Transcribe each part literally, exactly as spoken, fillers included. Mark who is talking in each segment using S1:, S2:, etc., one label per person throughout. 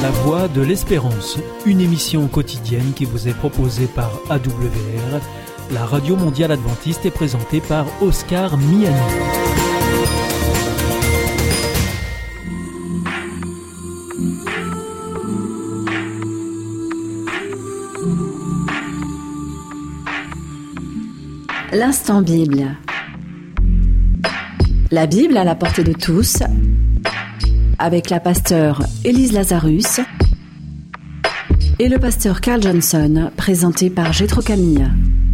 S1: La Voix de l'Espérance, une émission quotidienne qui vous est proposée par A W R, la radio mondiale adventiste, et présentée par Oscar Miani.
S2: L'instant Bible. La Bible à la portée de tous, avec la pasteure Élise Lazarus et le pasteur Carl Johnson, présenté par Jétro Camille.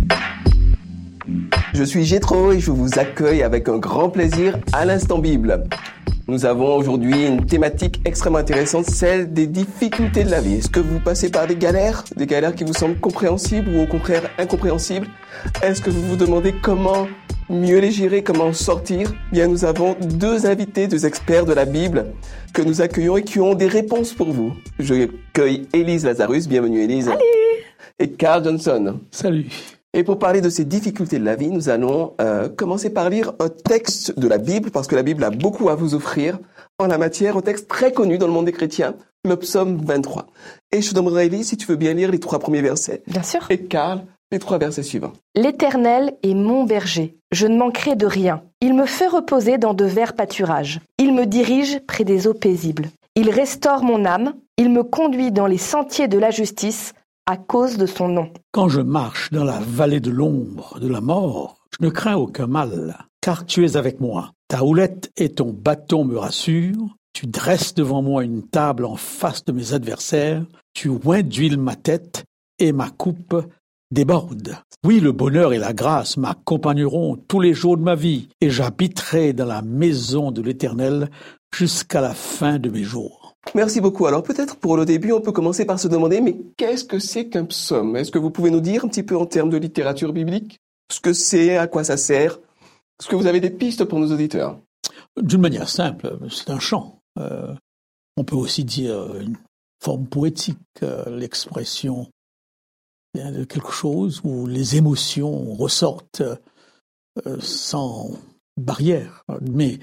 S3: Je suis Jétro et je vous accueille avec un grand plaisir à l'Instant Bible. Nous avons aujourd'hui une thématique extrêmement intéressante, celle des difficultés de la vie. Est-ce que vous passez par des galères, des galères qui vous semblent compréhensibles ou au contraire incompréhensibles? Est-ce que vous vous demandez comment mieux les gérer, comment en sortir? Bien, nous avons deux invités, deux experts de la Bible que nous accueillons et qui ont des réponses pour vous. Je accueille Élise Lazarus, bienvenue Élise.
S2: Salut.
S3: Et Carl Johnson.
S4: Salut.
S3: Et pour parler de ces difficultés de la vie, nous allons euh, commencer par lire un texte de la Bible, parce que la Bible a beaucoup à vous offrir en la matière, un texte très connu dans le monde des chrétiens, le psaume vingt-trois. Et je te demanderai, Élise, si tu veux bien lire les trois premiers versets.
S5: Bien sûr.
S3: Et Carl, les trois versets suivants.
S5: L'Éternel est mon berger, je ne manquerai de rien. Il me fait reposer dans de verts pâturages. Il me dirige près des eaux paisibles. Il restaure mon âme, il me conduit dans les sentiers de la justice, à cause de son nom.
S4: Quand je marche dans la vallée de l'ombre de la mort, je ne crains aucun mal, car tu es avec moi. Ta houlette et ton bâton me rassurent. Tu dresses devant moi une table en face de mes adversaires. Tu oins d'huile ma tête et ma coupe déborde. Oui, le bonheur et la grâce m'accompagneront tous les jours de ma vie, et j'habiterai dans la maison de l'Éternel jusqu'à la fin de mes jours.
S3: Merci beaucoup. Alors peut-être pour le début, on peut commencer par se demander, mais qu'est-ce que c'est qu'un psaume? Est-ce que vous pouvez nous dire un petit peu en termes de littérature biblique ce que c'est, à quoi ça sert? Est-ce que vous avez des pistes pour nos auditeurs?
S4: D'une manière simple, c'est un chant. Euh, on peut aussi dire une forme poétique, euh, l'expression de quelque chose où les émotions ressortent euh, sans barrière. Mais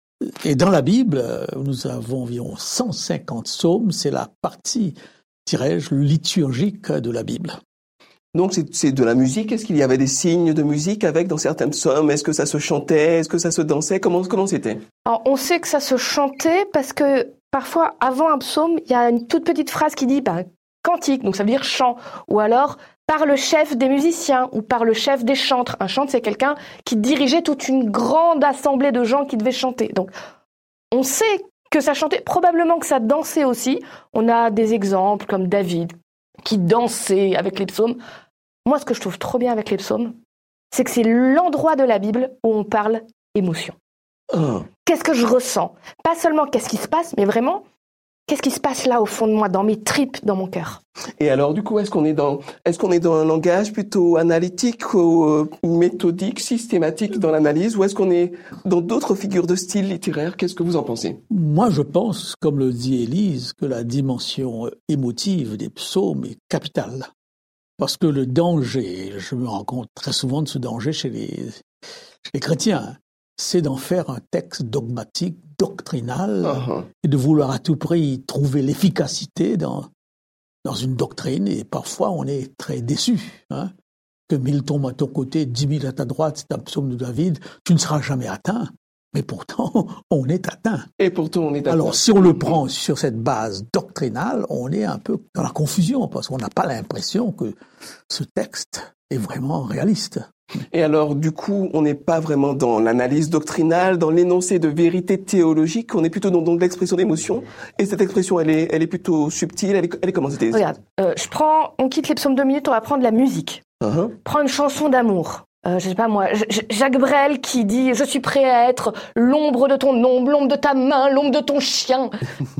S4: Et dans la Bible, nous avons environ cent cinquante psaumes, c'est la partie, dirais-je, liturgique de la Bible.
S3: Donc c'est, c'est de la musique. Est-ce qu'il y avait des signes de musique avec dans certains psaumes? Est-ce que ça se chantait? Est-ce que ça se dansait? Comment, comment c'était?
S5: Alors, on sait que ça se chantait parce que parfois, avant un psaume, il y a une toute petite phrase qui dit ben, cantique, donc ça veut dire chant, ou alors par le chef des musiciens ou par le chef des chantres. Un chantre, c'est quelqu'un qui dirigeait toute une grande assemblée de gens qui devaient chanter. Donc, on sait que ça chantait, probablement que ça dansait aussi. On a des exemples comme David qui dansait avec les psaumes. Moi, ce que je trouve trop bien avec les psaumes, c'est que c'est l'endroit de la Bible où on parle émotion.
S3: Oh.
S5: Qu'est-ce que je ressens? Pas seulement qu'est-ce qui se passe, mais vraiment, qu'est-ce qui se passe là au fond de moi, dans mes tripes, dans mon cœur?
S3: Et alors, du coup, est-ce qu'on est dans, est-ce qu'on est dans un langage plutôt analytique ou euh, méthodique, systématique dans l'analyse, ou est-ce qu'on est dans d'autres figures de style littéraire? Qu'est-ce que vous en pensez?
S4: Moi, je pense, comme le dit Élise, que la dimension émotive des psaumes est capitale. Parce que le danger, je me rends compte très souvent de ce danger chez les, chez les chrétiens, c'est d'en faire un texte dogmatique, doctrinal, uh-huh. et de vouloir à tout prix trouver l'efficacité dans, dans une doctrine. Et parfois, on est très déçu. Hein, que mille tombent à ton côté, dix mille à ta droite, c'est un psaume de David, tu ne seras jamais atteint. Mais pourtant, on est atteint.
S3: Et pourtant, on est atteint.
S4: Alors, si on le prend sur cette base doctrinale, on est un peu dans la confusion, parce qu'on n'a pas l'impression que ce texte est vraiment réaliste.
S3: Et alors, du coup, on n'est pas vraiment dans l'analyse doctrinale, dans l'énoncé de vérité théologique, on est plutôt dans, dans l'expression d'émotion. Et cette expression, elle est, elle est plutôt subtile, elle est, elle est comment c'était?
S5: Regarde, euh, je prends, on quitte les psaumes deux minutes, on va prendre la musique.
S3: Uh-huh.
S5: Prends une chanson d'amour. Euh, je sais pas moi, J- Jacques Brel qui dit « Je suis prêt à être l'ombre de ton ombre, l'ombre de ta main, l'ombre de ton chien ».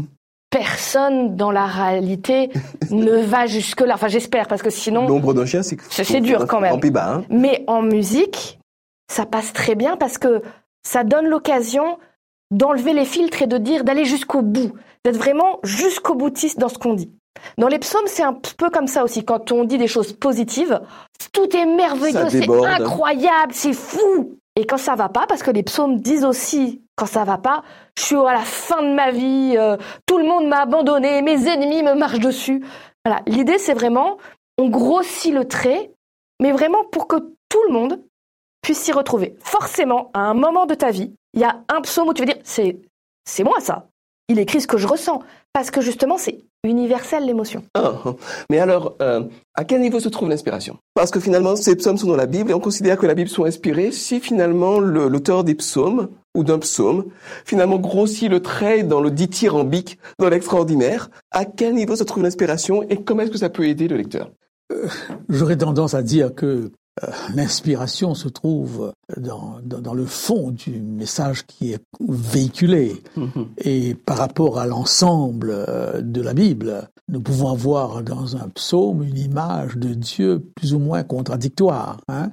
S5: Personne dans la réalité ne va jusque-là. Enfin, j'espère, parce que sinon...
S3: L'ombre d'un chien, c'est...
S5: C'est, c'est dur quand même.
S3: En bas, hein.
S5: Mais en musique, ça passe très bien parce que ça donne l'occasion d'enlever les filtres et de dire, d'aller jusqu'au bout, d'être vraiment jusqu'au boutiste dans ce qu'on dit. Dans les psaumes, c'est un peu comme ça aussi. Quand on dit des choses positives, tout est merveilleux, c'est incroyable, c'est fou. Et quand ça va pas, parce que les psaumes disent aussi, quand ça va pas, je suis à la fin de ma vie, euh, tout le monde m'a abandonné, mes ennemis me marchent dessus. Voilà. L'idée, c'est vraiment, on grossit le trait, mais vraiment pour que tout le monde puisse s'y retrouver. Forcément, à un moment de ta vie, il y a un psaume où tu vas dire, c'est, c'est moi ça. Il écrit ce que je ressens. Parce que justement, c'est universel l'émotion.
S3: Ah, mais alors, euh, à quel niveau se trouve l'inspiration ? Parce que finalement, ces psaumes sont dans la Bible et on considère que la Bible sont inspirées si finalement le, l'auteur des psaumes ou d'un psaume finalement grossit le trait dans le dithyrambique, dans l'extraordinaire. À quel niveau se trouve l'inspiration et comment est-ce que ça peut aider le lecteur ?
S4: euh, J'aurais tendance à dire que euh, l'inspiration se trouve dans, dans, dans le fond du message qui est véhiculé. Mm-hmm. Et par rapport à l'ensemble euh, de la Bible, nous pouvons avoir dans un psaume une image de Dieu plus ou moins contradictoire. Hein?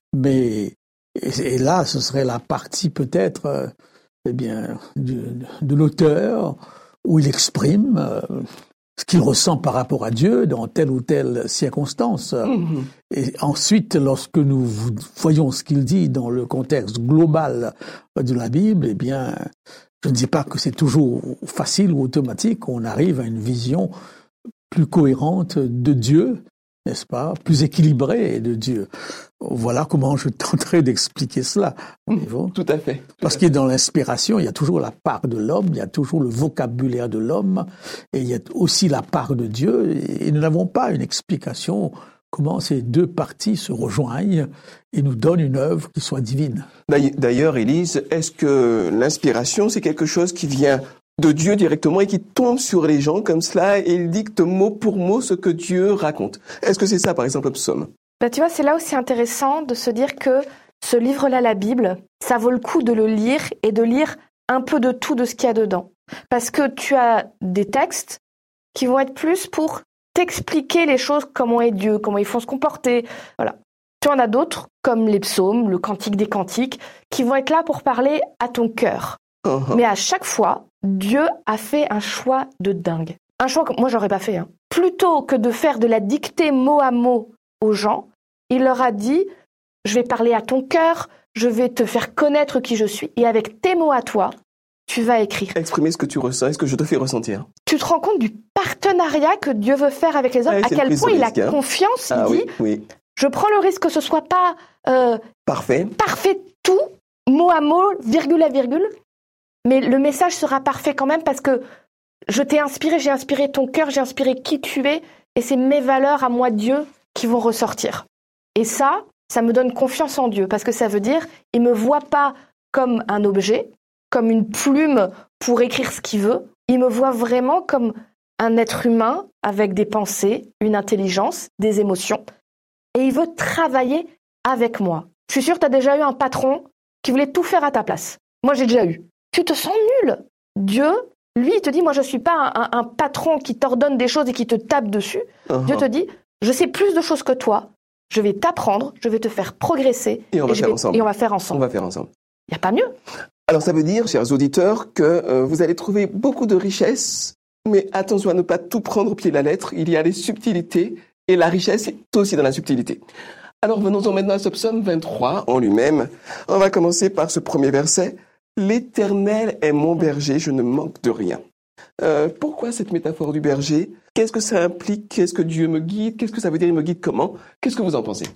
S4: Mais et, et là, ce serait la partie peut-être euh, eh bien, de, de l'auteur où il exprime euh, ce qu'il ressent par rapport à Dieu dans telle ou telle circonstance. Mmh. Et ensuite, lorsque nous voyons ce qu'il dit dans le contexte global de la Bible, eh bien, je ne dis pas que c'est toujours facile ou automatique, on arrive à une vision plus cohérente de Dieu, n'est-ce pas, plus équilibrée de Dieu. Voilà comment je tenterai d'expliquer cela.
S3: Mmh, tout à fait. Tout
S4: Parce que dans l'inspiration, il y a toujours la part de l'homme, il y a toujours le vocabulaire de l'homme, et il y a aussi la part de Dieu, et nous n'avons pas une explication comment ces deux parties se rejoignent et nous donnent une œuvre qui soit divine.
S3: D'ailleurs, Élise, est-ce que l'inspiration, c'est quelque chose qui vient de Dieu directement et qui tombe sur les gens comme cela et il dicte mot pour mot ce que Dieu raconte? Est-ce que c'est ça, par exemple, le psaume?
S5: Bah, tu vois, c'est là où c'est intéressant de se dire que ce livre-là, la Bible, ça vaut le coup de le lire et de lire un peu de tout de ce qu'il y a dedans. Parce que tu as des textes qui vont être plus pour t'expliquer les choses, comment est Dieu, comment il faut se comporter. Voilà. Tu en as d'autres, comme les psaumes, le cantique des cantiques, qui vont être là pour parler à ton cœur. Uh-huh. Mais à chaque fois, Dieu a fait un choix de dingue. Un choix que moi, j'aurais pas fait. Hein. Plutôt que de faire de la dictée mot à mot aux gens, il leur a dit, je vais parler à ton cœur, je vais te faire connaître qui je suis, et avec tes mots à toi, tu vas écrire.
S3: Exprimer ce que tu ressens et ce que je te fais ressentir.
S5: Tu te rends compte du partenariat que Dieu veut faire avec les hommes, ouais, à quel point il a hein. confiance, il
S3: ah,
S5: dit,
S3: oui, oui.
S5: je prends le risque que ce soit pas euh,
S3: parfait.
S5: parfait tout, mot à mot, virgule à virgule, mais le message sera parfait quand même parce que je t'ai inspiré, j'ai inspiré ton cœur, j'ai inspiré qui tu es, et c'est mes valeurs à moi, Dieu, qui vont ressortir. Et ça, ça me donne confiance en Dieu, parce que ça veut dire, il me voit pas comme un objet, comme une plume pour écrire ce qu'il veut, il me voit vraiment comme un être humain avec des pensées, une intelligence, des émotions, et il veut travailler avec moi. Je suis sûre que tu as déjà eu un patron qui voulait tout faire à ta place. Moi, j'ai déjà eu. Tu te sens nul. Dieu, lui, il te dit, moi, je ne suis pas un, un, un patron qui t'ordonne des choses et qui te tape dessus. Uh-huh. Dieu te dit, je sais plus de choses que toi, je vais t'apprendre, je vais te faire progresser.
S3: Et on va
S5: et
S3: faire
S5: vais,
S3: ensemble.
S5: Et on va faire ensemble.
S3: On va faire ensemble.
S5: Il n'y a pas mieux.
S3: Alors, ça veut dire, chers auditeurs, que euh, vous allez trouver beaucoup de richesses, mais attention à ne pas tout prendre au pied de la lettre. Il y a les subtilités, et la richesse est aussi dans la subtilité. Alors, venons-en maintenant à ce psaume vingt-trois en lui-même. On va commencer par ce premier verset. « L'Éternel est mon berger, je ne manque de rien. » Euh, pourquoi cette métaphore du berger? Qu'est-ce que ça implique? Qu'est-ce que Dieu me guide? Qu'est-ce que ça veut dire, il me guide comment? Qu'est-ce que vous en pensez?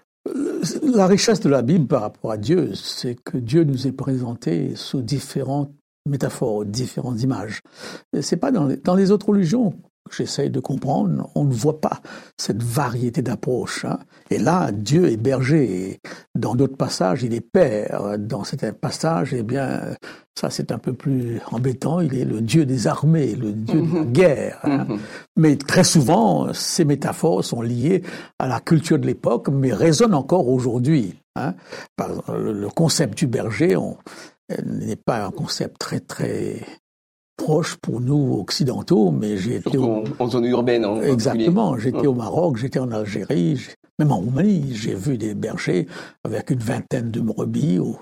S4: La richesse de la Bible par rapport à Dieu, c'est que Dieu nous est présenté sous différentes métaphores, différentes images. C'est pas dans les, dans les autres religions que j'essaye de comprendre, on ne voit pas cette variété d'approches. Hein. Et là, Dieu est berger. Dans d'autres passages, il est père. Dans certains passages, eh bien, ça c'est un peu plus embêtant. Il est le Dieu des armées, le Dieu mm-hmm. de la guerre. Hein. Mm-hmm. Mais très souvent, ces métaphores sont liées à la culture de l'époque, mais résonnent encore aujourd'hui. Hein. Par exemple, le concept du berger on, n'est pas un concept très très proche pour nous occidentaux, mais j'ai été
S3: au... en zone urbaine. En
S4: Exactement. J'étais au Maroc, j'étais en Algérie, même en Roumanie, j'ai vu des bergers avec une vingtaine de brebis. Où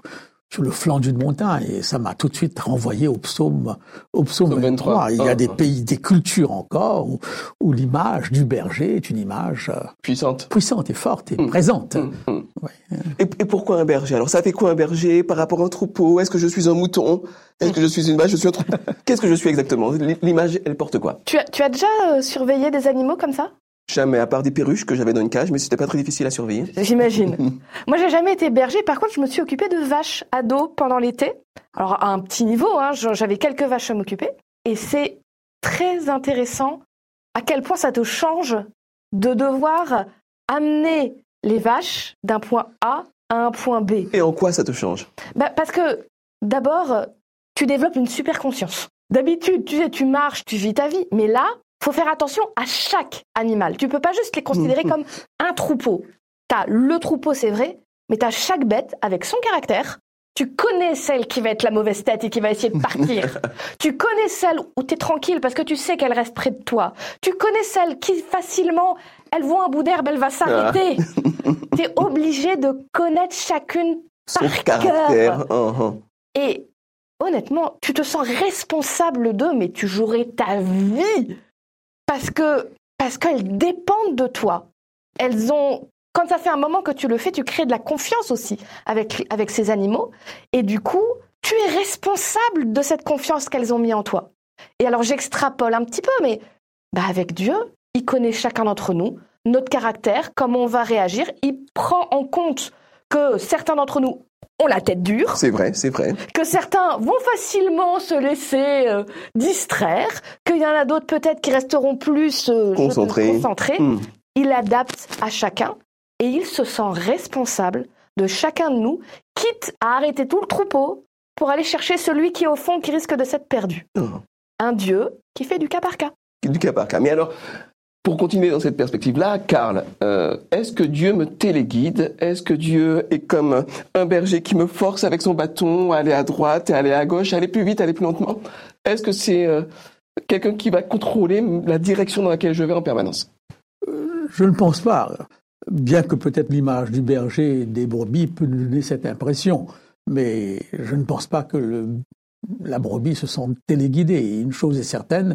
S4: sur le flanc d'une montagne, et ça m'a tout de suite renvoyé au psaume, au psaume vingt-trois. vingt-trois. Il y a ah, des ah. pays, des cultures encore, où, où l'image du berger est une image
S3: puissante,
S4: puissante et forte et mmh. présente. Mmh. Mmh.
S3: Ouais. Et, et pourquoi un berger? Alors ça fait quoi un berger par rapport à un troupeau? Est-ce que je suis un mouton? Est-ce que je suis une vache? Je suis un troupeau? Qu'est-ce que je suis exactement? L'image, elle porte quoi?
S5: Tu as, tu as déjà euh, surveillé des animaux comme ça?
S3: Jamais, à part des perruches que j'avais dans une cage, mais c'était pas très difficile à surveiller.
S5: J'imagine. Moi, j'ai jamais été berger. Par contre, je me suis occupée de vaches à dos pendant l'été. Alors, à un petit niveau, hein, j'avais quelques vaches à m'occuper. Et c'est très intéressant à quel point ça te change de devoir amener les vaches d'un point A à un point B.
S3: Et en quoi ça te change?
S5: Bah, parce que, d'abord, tu développes une super conscience. D'habitude, tu sais, tu marches, tu vis ta vie. Mais là, faut faire attention à chaque animal. Tu peux pas juste les considérer comme un troupeau. T'as le troupeau, c'est vrai, mais t'as chaque bête avec son caractère. Tu connais celle qui va être la mauvaise tête et qui va essayer de partir. Tu connais celle où t'es tranquille parce que tu sais qu'elle reste près de toi. Tu connais celle qui facilement, elle voit un bout d'herbe, elle va s'arrêter. Ah. T'es obligé de connaître chacune
S3: son
S5: par
S3: caractère.
S5: cœur.
S3: Uh-huh.
S5: Et honnêtement, tu te sens responsable d'eux, mais tu jouerais ta vie. Parce que parce qu'elles dépendent de toi. Elles ont, quand ça fait un moment que tu le fais, tu crées de la confiance aussi avec avec ces animaux. Et du coup, tu es responsable de cette confiance qu'elles ont mis en toi. Et alors j'extrapole un petit peu, mais bah avec Dieu, il connaît chacun d'entre nous, notre caractère, comment on va réagir. Il prend en compte que certains d'entre nous ont la tête dure.
S3: C'est vrai, c'est vrai.
S5: Que certains vont facilement se laisser euh, distraire, qu'il y en a d'autres peut-être qui resteront plus euh,
S3: concentrés.
S5: concentrés. Mmh. Il adapte à chacun et il se sent responsable de chacun de nous, quitte à arrêter tout le troupeau pour aller chercher celui qui, au fond, qui risque de s'être perdu. Oh. Un Dieu qui fait du cas par cas.
S3: Du cas par cas. Mais alors, pour continuer dans cette perspective-là, Karl, euh, est-ce que Dieu me téléguide? Est-ce que Dieu est comme un berger qui me force avec son bâton à aller à droite et à aller à gauche, à aller plus vite, à aller plus lentement? Est-ce que c'est euh, quelqu'un qui va contrôler la direction dans laquelle je vais en permanence?
S4: euh, Je ne pense pas. Bien que peut-être l'image du berger et des brebis peut nous donner cette impression. Mais je ne pense pas que le, la brebis se sente téléguidée. Une chose est certaine,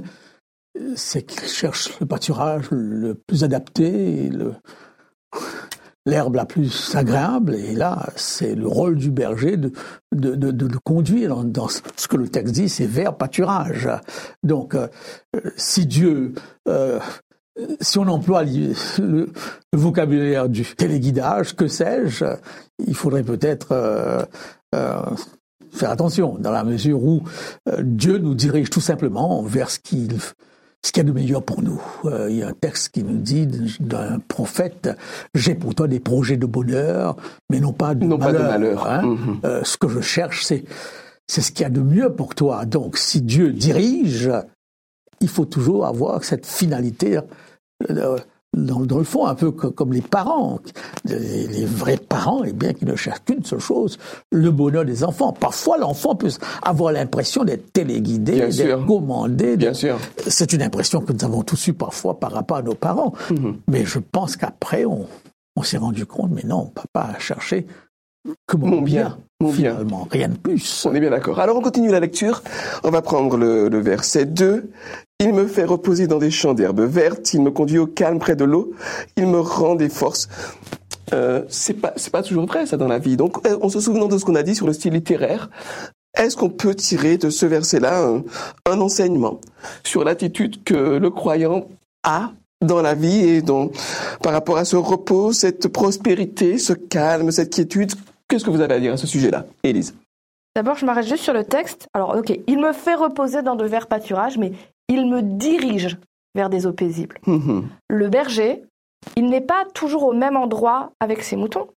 S4: c'est qu'il cherche le pâturage le plus adapté, le, l'herbe la plus agréable. Et là, c'est le rôle du berger de, de, de, de le conduire dans, dans ce que le texte dit, c'est vers pâturage. Donc, euh, si Dieu... Euh, si on emploie le, le vocabulaire du téléguidage, que sais-je, il faudrait peut-être euh, euh, faire attention, dans la mesure où euh, Dieu nous dirige tout simplement vers ce qu'il... ce qu'il y a de meilleur pour nous. Euh, il y a un texte qui nous dit d'un prophète, j'ai pour toi des projets de bonheur, mais non pas de
S3: non
S4: malheur.
S3: Pas de malheur.
S4: Hein. Mm-hmm. Euh, ce que je cherche, c'est, c'est ce qu'il y a de mieux pour toi. Donc, si Dieu dirige, il faut toujours avoir cette finalité euh, dans, dans le fond, un peu comme les parents. Les, les vrais parents, eh bien, qui ne cherchent qu'une seule chose, le bonheur des enfants. Parfois, l'enfant peut avoir l'impression d'être téléguidé,
S3: Bien
S4: d'être
S3: sûr.
S4: commandé.
S3: Bien
S4: de...
S3: sûr.
S4: C'est une impression que nous avons tous eu parfois par rapport à nos parents. Mm-hmm. Mais je pense qu'après, on, on s'est rendu compte, mais non, papa a cherché que mon,
S3: mon bien. bien. Mon
S4: finalement,
S3: bien.
S4: Rien de plus.
S3: On est bien d'accord. Alors, on continue la lecture. On va prendre le, le verset deux. Il me fait reposer dans des champs d'herbes vertes. Il me conduit au calme près de l'eau. Il me rend des forces. Euh, c'est pas, c'est pas toujours vrai, ça, dans la vie. Donc, en se souvenant de ce qu'on a dit sur le style littéraire, est-ce qu'on peut tirer de ce verset-là un, un enseignement sur l'attitude que le croyant a dans la vie et dont, par rapport à ce repos, cette prospérité, ce calme, cette quiétude? Qu'est-ce que vous avez à dire à ce sujet-là, Élise?
S5: D'abord, je m'arrête juste sur le texte. Alors, ok, il me fait reposer dans de verts pâturages, mais il me dirige vers des eaux paisibles. Mmh. Le berger, il n'est pas toujours au même endroit avec ses moutons.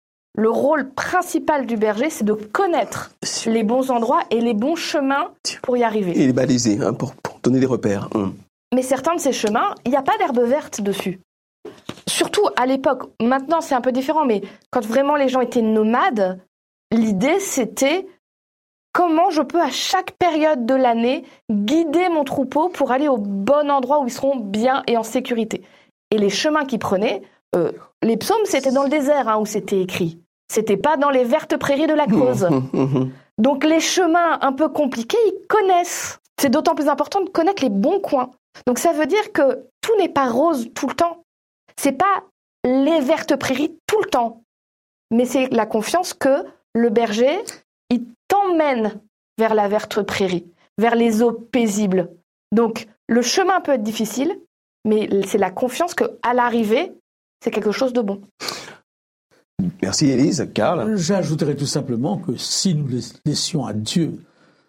S5: Le rôle principal du berger, c'est de connaître les bons endroits et les bons chemins pour y arriver.
S3: Et les baliser, hein, pour, pour donner des repères. Mmh.
S5: Mais certains de ces chemins, il n'y a pas d'herbe verte dessus. Surtout à l'époque, maintenant c'est un peu différent, mais quand vraiment les gens étaient nomades, l'idée c'était comment je peux à chaque période de l'année guider mon troupeau pour aller au bon endroit où ils seront bien et en sécurité. Et les chemins qu'ils prenaient, euh, les psaumes c'était dans le désert hein, où c'était écrit. C'était pas dans les vertes prairies de la Creuse. Donc les chemins un peu compliqués, ils connaissent. C'est d'autant plus important de connaître les bons coins. Donc ça veut dire que tout n'est pas rose tout le temps. C'est pas les vertes prairies tout le temps. Mais c'est la confiance que le berger, il t'emmène vers la verte prairie, vers les eaux paisibles. Donc le chemin peut être difficile, mais c'est la confiance qu'à l'arrivée, c'est quelque chose de bon.
S3: Merci Élise. Karl?
S4: J'ajouterais tout simplement que si nous laissions à Dieu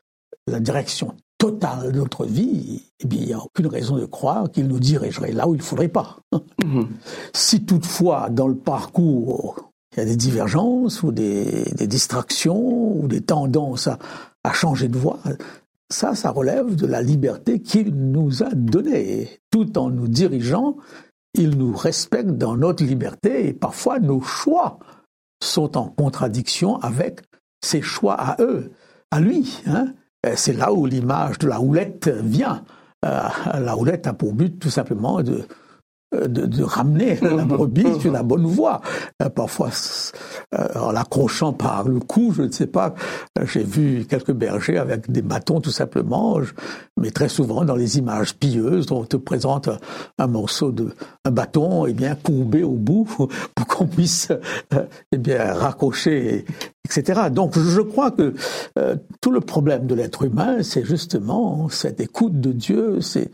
S4: la direction totale de notre vie, eh bien, il n'y a aucune raison de croire qu'il nous dirigerait là où il ne faudrait pas. Mm-hmm. Si toutefois, dans le parcours, il y a des divergences ou des, des distractions ou des tendances à, à changer de voie, ça, ça relève de la liberté qu'il nous a donnée. Tout en nous dirigeant, il nous respecte dans notre liberté et parfois nos choix sont en contradiction avec ses choix à eux, à lui. Hein. C'est là où l'image de la houlette vient. Euh, la houlette a pour but tout simplement de, de, de ramener la brebis sur la bonne voie. Euh, parfois, euh, en l'accrochant par le cou, je ne sais pas, j'ai vu quelques bergers avec des bâtons tout simplement, je, mais très souvent dans les images pieuses, on te présente un, un morceau de un bâton eh bien, courbé au bout pour qu'on puisse euh, eh bien, raccrocher, et cetera. Donc je crois que euh, tout le problème de l'être humain, c'est justement cette écoute de Dieu, c'est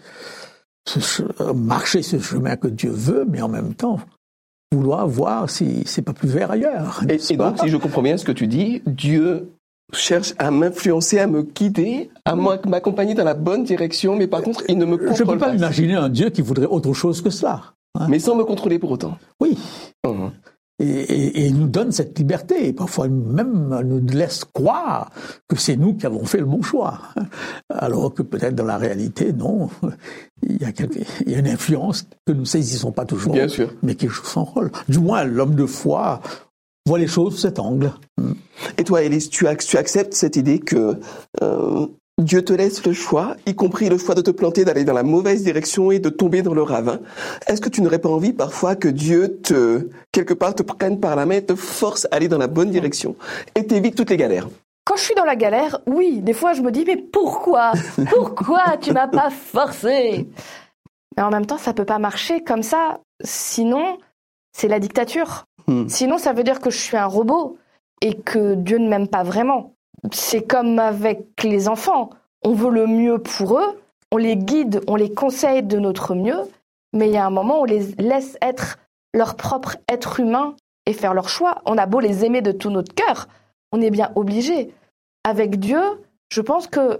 S4: ce, marcher ce chemin que Dieu veut, mais en même temps vouloir voir si c'est pas plus vert ailleurs.
S3: Et, et donc, si je comprends bien ce que tu dis, Dieu cherche à m'influencer, à me guider, à m'accompagner dans la bonne direction, mais par contre, il ne me contrôle pas.
S4: Je ne peux pas imaginer un Dieu qui voudrait autre chose que cela.
S3: Hein. Mais sans me contrôler pour autant.
S4: Oui. Mmh. Et, et, et il nous donne cette liberté, et parfois même nous laisse croire que c'est nous qui avons fait le bon choix, alors que peut-être dans la réalité, non, il y a, quelque, il y a une influence que nous ne saisissons pas toujours,
S3: bien sûr,
S4: mais qui joue son rôle. Du moins, l'homme de foi voit les choses sous cet angle.
S3: Et toi, Élise, tu, tu acceptes cette idée que euh, Dieu te laisse le choix, y compris le choix de te planter, d'aller dans la mauvaise direction et de tomber dans le ravin. Est-ce que tu n'aurais pas envie parfois que Dieu te, quelque part, te prenne par la main et te force à aller dans la bonne direction et t'évite toutes les galères?
S5: Quand je suis dans la galère, oui, des fois je me dis, mais pourquoi? Pourquoi tu m'as pas forcé? Mais en même temps, ça peut pas marcher comme ça. Sinon, c'est la dictature. Hmm. Sinon, ça veut dire que je suis un robot et que Dieu ne m'aime pas vraiment. C'est comme avec les enfants. On veut le mieux pour eux, on les guide, on les conseille de notre mieux, mais il y a un moment où on les laisse être leur propre être humain et faire leur choix. On a beau les aimer de tout notre cœur, on est bien obligé. Avec Dieu, je pense que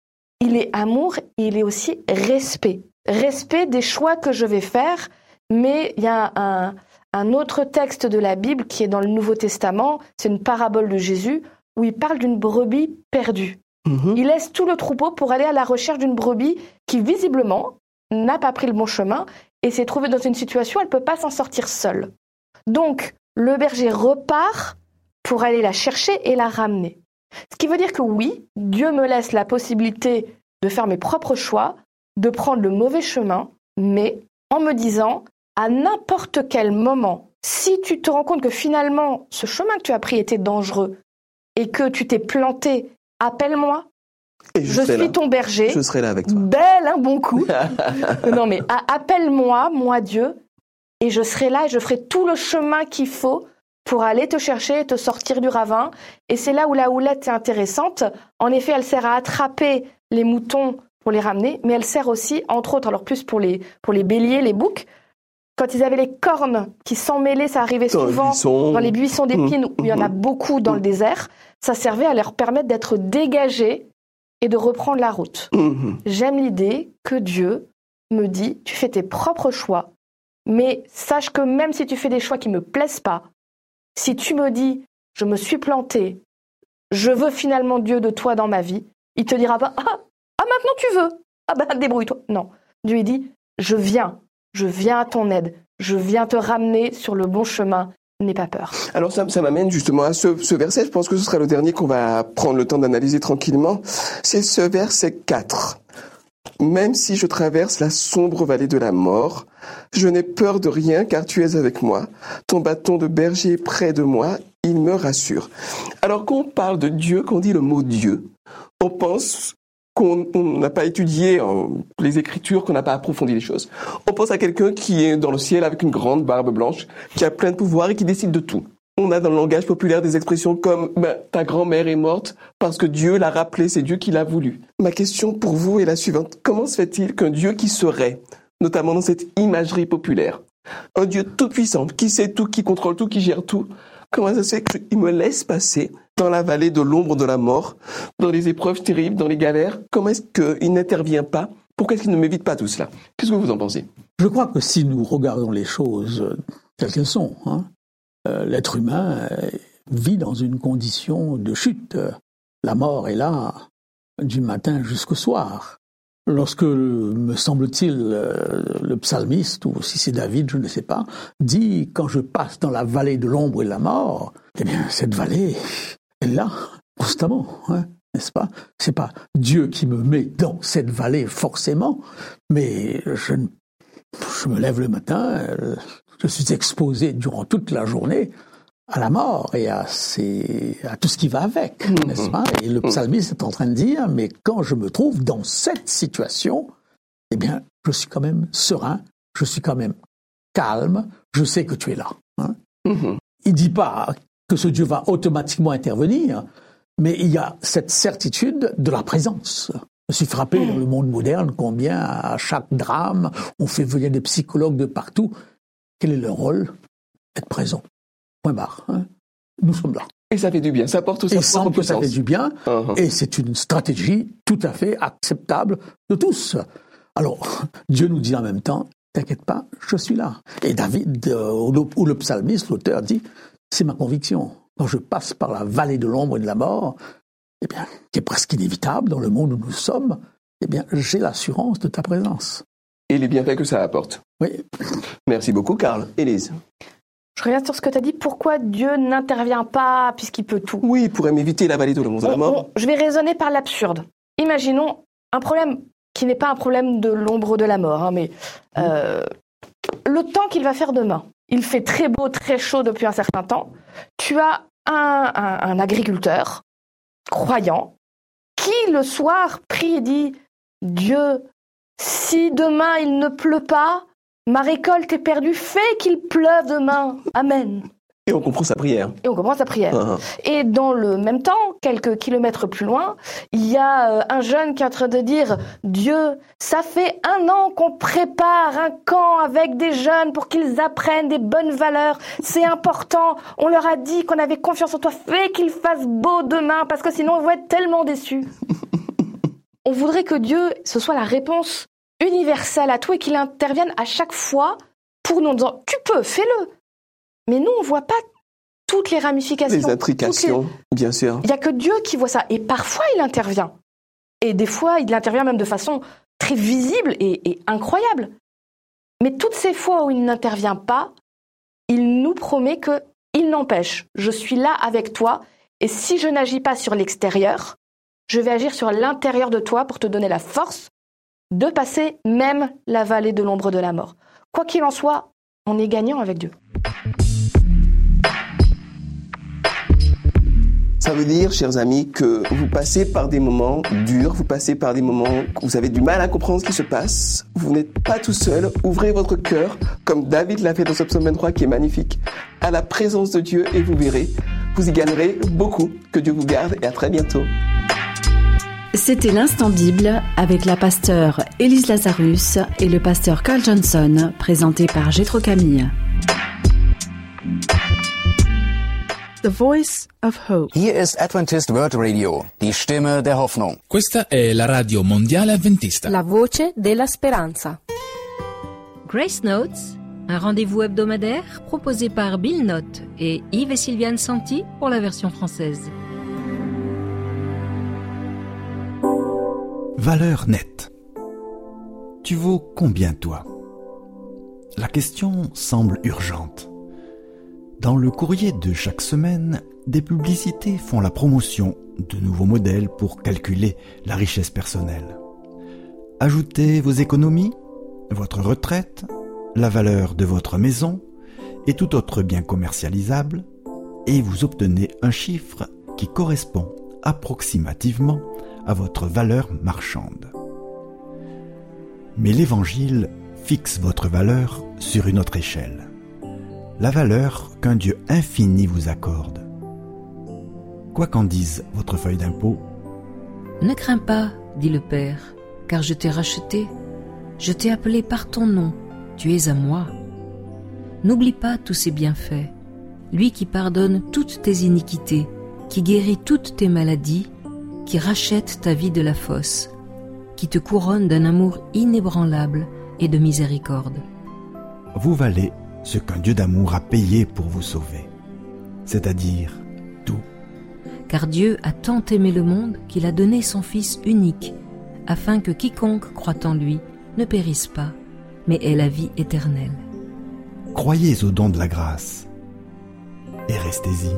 S5: il est amour et il est aussi respect. Respect des choix que je vais faire, mais il y a un, un autre texte de la Bible qui est dans le Nouveau Testament, c'est une parabole de Jésus, où il parle d'une brebis perdue. Mmh. Il laisse tout le troupeau pour aller à la recherche d'une brebis qui, visiblement, n'a pas pris le bon chemin et s'est trouvée dans une situation où elle ne peut pas s'en sortir seule. Donc, le berger repart pour aller la chercher et la ramener. Ce qui veut dire que oui, Dieu me laisse la possibilité de faire mes propres choix, de prendre le mauvais chemin, mais en me disant, à n'importe quel moment, si tu te rends compte que finalement, ce chemin que tu as pris était dangereux, et que tu t'es planté, appelle-moi.
S3: Et je,
S5: je suis
S3: là.
S5: ton berger.
S3: Je serai là avec toi.
S5: Belle, un bon coup. Non mais a- appelle-moi, moi Dieu, et je serai là et je ferai tout le chemin qu'il faut pour aller te chercher et te sortir du ravin. Et c'est là où la houlette est intéressante. En effet, elle sert à attraper les moutons pour les ramener, mais elle sert aussi, entre autres, alors plus pour les, pour les béliers, les boucs, quand ils avaient les cornes qui s'emmêlaient, ça arrivait dans souvent dans les buissons d'épines où il y en a beaucoup dans le désert, ça servait à leur permettre d'être dégagés et de reprendre la route. Mmh. J'aime l'idée que Dieu me dit, tu fais tes propres choix, mais sache que même si tu fais des choix qui ne me plaisent pas, si tu me dis, je me suis planté, je veux finalement Dieu de toi dans ma vie, il te dira pas, ah, ah maintenant tu veux, ah ben débrouille-toi. Non, Dieu il dit, je viens. Je viens à ton aide, je viens te ramener sur le bon chemin, n'aie pas peur.
S3: Alors ça, ça m'amène justement à ce, ce verset, je pense que ce sera le dernier qu'on va prendre le temps d'analyser tranquillement. C'est ce verset quatre. Même si je traverse la sombre vallée de la mort, je n'ai peur de rien car tu es avec moi. Ton bâton de berger est près de moi il me rassure. Alors quand on parle de Dieu, quand on dit le mot Dieu, on pense qu'on n'a pas étudié euh, les Écritures, qu'on n'a pas approfondi les choses. On pense à quelqu'un qui est dans le ciel avec une grande barbe blanche, qui a plein de pouvoir et qui décide de tout. On a dans le langage populaire des expressions comme ben, « ta grand-mère est morte parce que Dieu l'a rappelé, c'est Dieu qui l'a voulu ». Ma question pour vous est la suivante. Comment se fait-il qu'un Dieu qui serait, notamment dans cette imagerie populaire, un Dieu tout-puissant, qui sait tout, qui contrôle tout, qui gère tout, comment ça se fait qu'il me laisse passer dans la vallée de l'ombre de la mort, dans les épreuves terribles, dans les galères? Comment est-ce qu'il n'intervient pas? Pourquoi est-ce qu'il ne m'évite pas tout cela? Qu'est-ce que vous en pensez?
S4: Je crois que si nous regardons les choses telles qu'elles sont, hein, euh, l'être humain euh, vit dans une condition de chute. La mort est là du matin jusqu'au soir. Lorsque, me semble-t-il, euh, le psalmiste, ou si c'est David, je ne sais pas, dit « Quand je passe dans la vallée de l'ombre et de la mort », eh bien, cette vallée est là, constamment, hein, n'est-ce pas? C'est pas Dieu qui me met dans cette vallée, forcément, mais je, je me lève le matin, je suis exposé durant toute la journée à la mort et à, ces, à tout ce qui va avec, mmh. n'est-ce pas? Et le psalmiste est en train de dire, mais quand je me trouve dans cette situation, eh bien, je suis quand même serein, je suis quand même calme, je sais que tu es là. Hein? Mmh. Il ne dit pas que ce Dieu va automatiquement intervenir, mais il y a cette certitude de la présence. Je suis frappé mmh. dans le monde moderne combien à chaque drame, on fait venir des psychologues de partout. Quel est leur rôle? Être présent. Point barre. Hein. Nous sommes là.
S3: Et ça fait du bien, ça apporte aussi.
S4: Et semble que ça fait du bien, uh-huh. et c'est une stratégie tout à fait acceptable de tous. Alors, Dieu nous dit en même temps, t'inquiète pas, je suis là. Et David, euh, ou, le, ou le psalmiste, l'auteur, dit, c'est ma conviction. Quand je passe par la vallée de l'ombre et de la mort, eh bien, qui est presque inévitable dans le monde où nous sommes, eh bien, j'ai l'assurance de ta présence.
S3: Et les bienfaits que ça apporte.
S4: Oui.
S3: Merci beaucoup, Karl. Élise.
S5: Je reviens sur ce que tu as dit. Pourquoi Dieu n'intervient pas puisqu'il peut tout?
S3: Oui, il pourrait m'éviter la vallée de l'ombre de la mort.
S5: On, je vais raisonner par l'absurde. Imaginons un problème qui n'est pas un problème de l'ombre de la mort, hein, mais euh, le temps qu'il va faire demain. Il fait très beau, très chaud depuis un certain temps. Tu as un, un, un agriculteur croyant qui, le soir, prie et dit « Dieu, si demain il ne pleut pas, ma récolte est perdue, fais qu'il pleuve demain. Amen. »
S3: Et on comprend sa prière.
S5: Et on comprend sa prière.
S3: Uh-huh.
S5: Et dans le même temps, quelques kilomètres plus loin, il y a euh, un jeune qui est en train de dire « Dieu, ça fait un an qu'on prépare un camp avec des jeunes pour qu'ils apprennent des bonnes valeurs. C'est important. On leur a dit qu'on avait confiance en toi. Fais qu'il fasse beau demain parce que sinon on va être tellement déçus. » On voudrait que Dieu, ce soit la réponse universelle à tout et qu'il intervienne à chaque fois pour nous dire « Tu peux, fais-le ». Mais nous, on ne voit pas toutes les ramifications.
S3: Les intrications, les... bien sûr.
S5: Il n'y a que Dieu qui voit ça. Et parfois, il intervient. Et des fois, il intervient même de façon très visible et, et incroyable. Mais toutes ces fois où il n'intervient pas, il nous promet qu'il n'empêche. Je suis là avec toi. Et si je n'agis pas sur l'extérieur, je vais agir sur l'intérieur de toi pour te donner la force de passer même la vallée de l'ombre de la mort. Quoi qu'il en soit, on est gagnant avec Dieu.
S3: Ça veut dire, chers amis, que vous passez par des moments durs, vous passez par des moments où vous avez du mal à comprendre ce qui se passe. Vous n'êtes pas tout seul. Ouvrez votre cœur, comme David l'a fait dans ce psaume vingt-trois qui est magnifique, à la présence de Dieu et vous verrez, vous y gagnerez beaucoup. Que Dieu vous garde et à très bientôt.
S2: C'était l'Instant Bible avec la pasteure Élise Lazarus et le pasteur Carl Johnson, présenté par Jethro Camille.
S6: The Voice of Hope.
S7: Hier ist Adventist World Radio, die Stimme der Hoffnung.
S8: Questa è la radio mondiale adventista.
S6: La voce della speranza.
S9: Grace Notes, un rendez-vous hebdomadaire proposé par Bill Note et Yves et Sylviane Santi pour la version française.
S10: Valeur nette. Tu vaux combien, toi? La question semble urgente. Dans le courrier de chaque semaine, des publicités font la promotion de nouveaux modèles pour calculer la richesse personnelle. Ajoutez vos économies, votre retraite, la valeur de votre maison et tout autre bien commercialisable, et vous obtenez un chiffre qui correspond approximativement à votre valeur marchande. Mais l'Évangile fixe votre valeur sur une autre échelle, la valeur qu'un Dieu infini vous accorde. Quoi qu'en dise votre feuille d'impôt,
S9: « Ne crains pas, dit le Père, car je t'ai racheté, je t'ai appelé par ton nom, tu es à moi. N'oublie pas tous ses bienfaits, lui qui pardonne toutes tes iniquités, qui guérit toutes tes maladies, qui rachète ta vie de la fosse, qui te couronne d'un amour inébranlable et de miséricorde. »
S10: Vous valez ce qu'un Dieu d'amour a payé pour vous sauver, c'est-à-dire tout.
S9: Car Dieu a tant aimé le monde qu'il a donné son Fils unique, afin que quiconque croit en lui ne périsse pas, mais ait la vie éternelle.
S10: Croyez au don de la grâce et restez-y.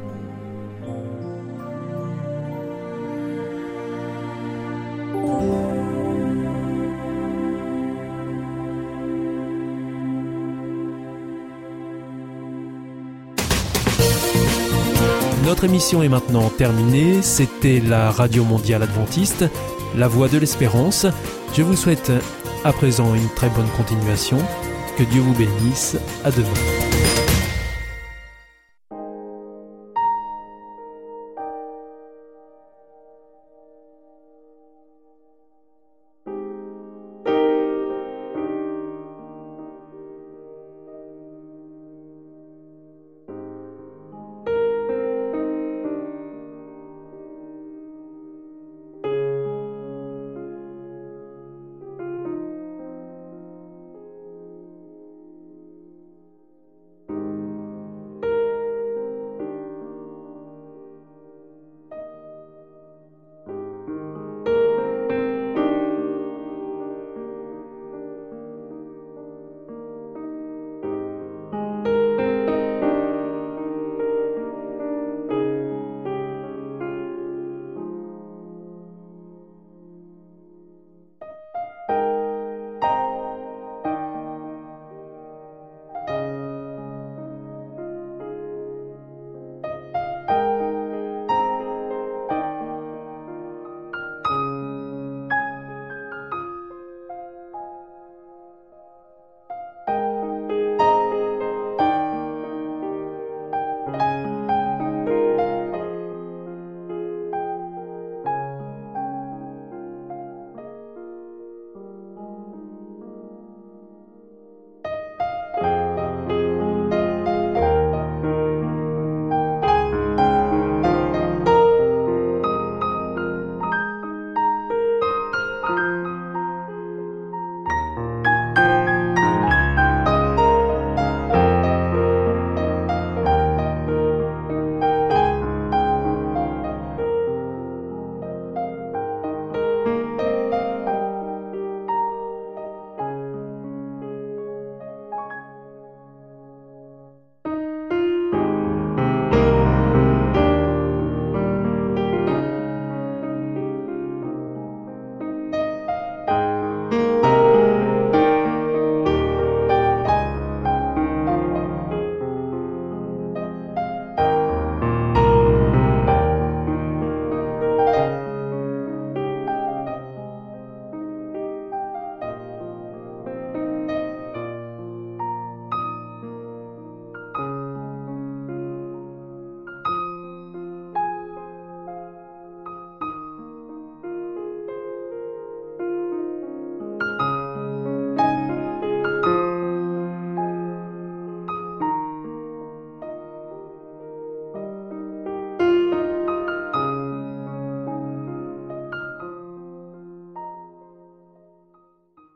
S1: Notre émission est maintenant terminée. C'était la Radio Mondiale Adventiste, la voix de l'espérance. Je vous souhaite à présent une très bonne continuation. Que Dieu vous bénisse. À demain.